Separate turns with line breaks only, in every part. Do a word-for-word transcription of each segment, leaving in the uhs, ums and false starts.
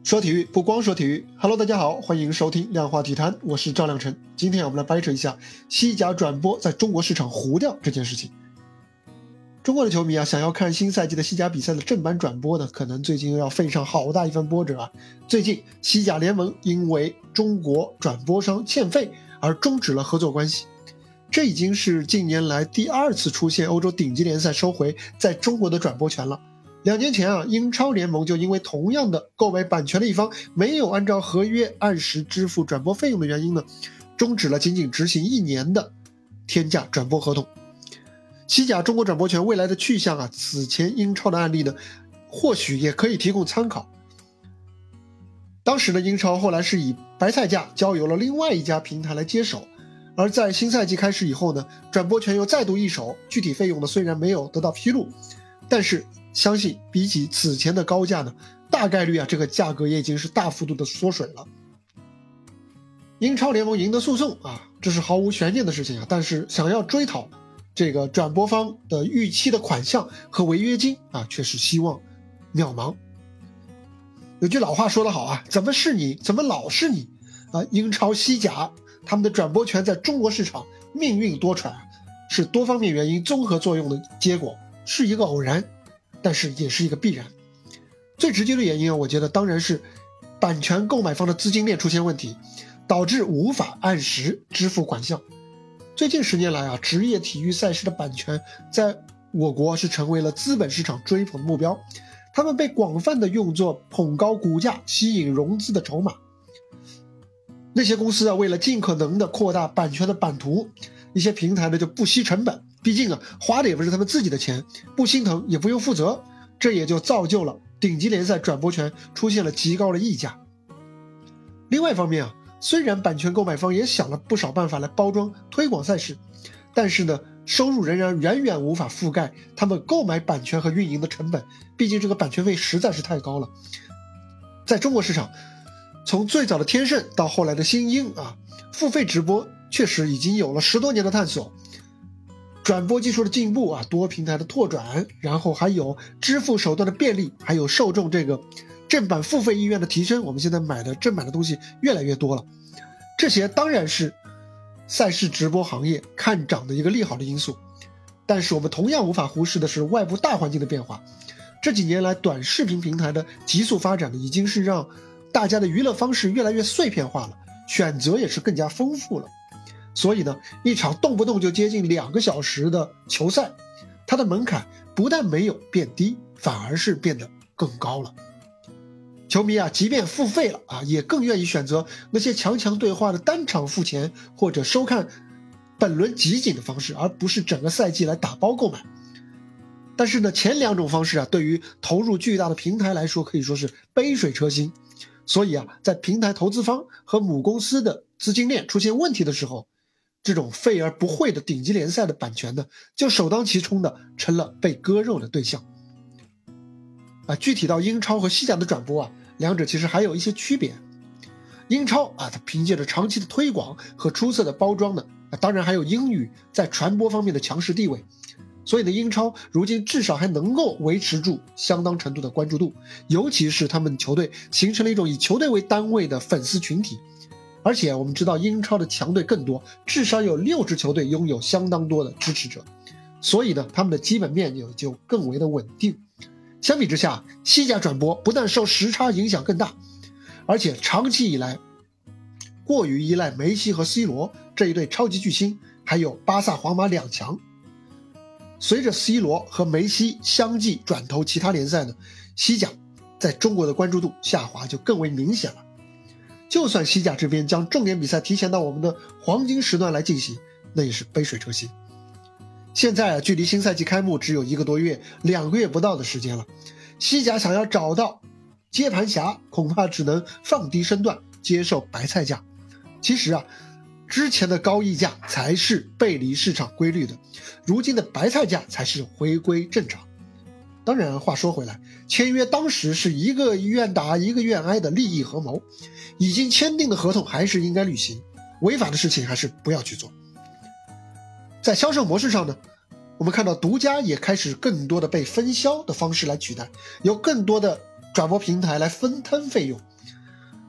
说体育不光说体育 ，Hello， 大家好，欢迎收听量化体坛，我是赵亮晨。今天我们来掰扯一下西甲转播在中国市场糊掉这件事情。中国的球迷啊，想要看新赛季的西甲比赛的正版转播呢，可能最近要费上好大一番波折啊。最近西甲联盟因为中国转播商欠费而终止了合作关系，这已经是近年来第二次出现欧洲顶级联赛收回在中国的转播权了。两年前啊，英超联盟就因为同样的购买版权的一方没有按照合约按时支付转播费用的原因呢，终止了仅仅执行一年的天价转播合同。西甲中国转播权未来的去向啊，此前英超的案例呢，或许也可以提供参考。当时的英超后来是以白菜价交由了另外一家平台来接手，而在新赛季开始以后呢，转播权又再度易手，具体费用呢虽然没有得到披露，但是相信比起此前的高价呢，大概率啊这个价格也已经是大幅度的缩水了。英超联盟赢得诉讼啊，这是毫无悬念的事情啊，但是想要追讨这个转播方的预期的款项和违约金啊，却是希望渺茫。有句老话说得好啊，怎么是你，怎么老是你啊！英超、西甲他们的转播权在中国市场命运多舛，是多方面原因综合作用的结果，是一个偶然，但是也是一个必然。最直接的原因啊，我觉得当然是版权购买方的资金链出现问题，导致无法按时支付款项。最近十年来啊，职业体育赛事的版权在我国是成为了资本市场追捧的目标，他们被广泛的用作捧高股价、吸引融资的筹码。那些公司啊，为了尽可能的扩大版权的版图，一些平台呢就不惜成本，毕竟啊，花的也不是他们自己的钱，不心疼也不用负责，这也就造就了顶级联赛转播权出现了极高的溢价。另外一方面啊，虽然版权购买方也想了不少办法来包装推广赛事，但是呢，收入仍然远远无法覆盖他们购买版权和运营的成本，毕竟这个版权费实在是太高了。在中国市场，从最早的天盛到后来的新英啊，付费直播确实已经有了十多年的探索。转播技术的进步啊，多平台的拓展，然后还有支付手段的便利，还有受众这个正版付费意愿的提升，我们现在买的正版的东西越来越多了。这些当然是赛事直播行业看涨的一个利好的因素，但是我们同样无法忽视的是外部大环境的变化。这几年来，短视频平台的急速发展呢，已经是让大家的娱乐方式越来越碎片化了，选择也是更加丰富了。所以呢，一场动不动就接近两个小时的球赛，它的门槛不但没有变低，反而是变得更高了。球迷啊，即便付费了啊，也更愿意选择那些强强对话的单场付钱或者收看本轮集锦的方式，而不是整个赛季来打包购买。但是呢，前两种方式啊，对于投入巨大的平台来说，可以说是杯水车薪。所以啊，在平台投资方和母公司的资金链出现问题的时候，这种废而不会的顶级联赛的版权呢，就首当其冲的成了被割肉的对象。啊，具体到英超和西甲的转播啊，两者其实还有一些区别。英超啊，它凭借着长期的推广和出色的包装呢，啊，当然还有英语在传播方面的强势地位，所以呢，英超如今至少还能够维持住相当程度的关注度，尤其是他们球队形成了一种以球队为单位的粉丝群体。而且我们知道英超的强队更多，至少有六支球队拥有相当多的支持者，所以呢，他们的基本面也就更为的稳定。相比之下，西甲转播不但受时差影响更大，而且长期以来过于依赖梅西和 C 罗这一对超级巨星，还有巴萨、皇马两强。随着 C 罗和梅西相继转投其他联赛呢，西甲在中国的关注度下滑就更为明显了。就算西甲这边将重点比赛提前到我们的黄金时段来进行，那也是杯水车薪。现在啊，距离新赛季开幕只有一个多月、两个月不到的时间了。西甲想要找到接盘侠，恐怕只能放低身段，接受白菜价。其实啊，之前的高溢价才是背离市场规律的，如今的白菜价才是回归正常。当然，话说回来，签约当时是一个愿打一个愿挨的利益合谋，已经签订的合同还是应该履行，违法的事情还是不要去做。在销售模式上呢，我们看到独家也开始更多的被分销的方式来取代，由更多的转播平台来分摊费用。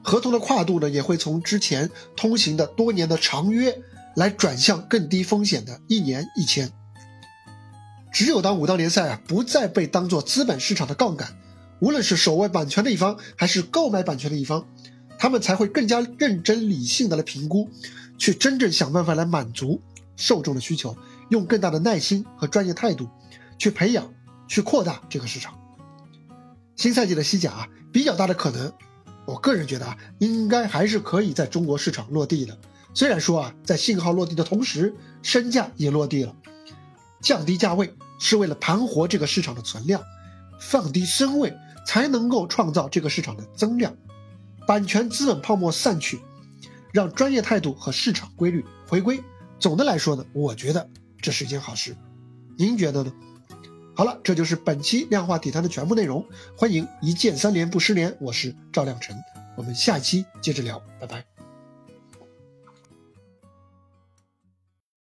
合同的跨度呢也会从之前通行的多年的长约来转向更低风险的一年一签。只有当武当联赛啊不再被当作资本市场的杠杆，无论是守卫版权的一方还是购买版权的一方，他们才会更加认真理性的来评估，去真正想办法来满足受众的需求，用更大的耐心和专业态度去培养去扩大这个市场。新赛季的西甲啊比较大的可能，我个人觉得啊应该还是可以在中国市场落地的。虽然说啊在信号落地的同时，身价也落地了。降低价位是为了盘活这个市场的存量，放低身位才能够创造这个市场的增量。版权资本泡沫散去，让专业态度和市场规律回归。总的来说呢，我觉得这是一件好事。您觉得呢？好了，这就是本期量化体坛的全部内容。欢迎一键三连不失联，我是赵亮晨，我们下期接着聊，拜拜。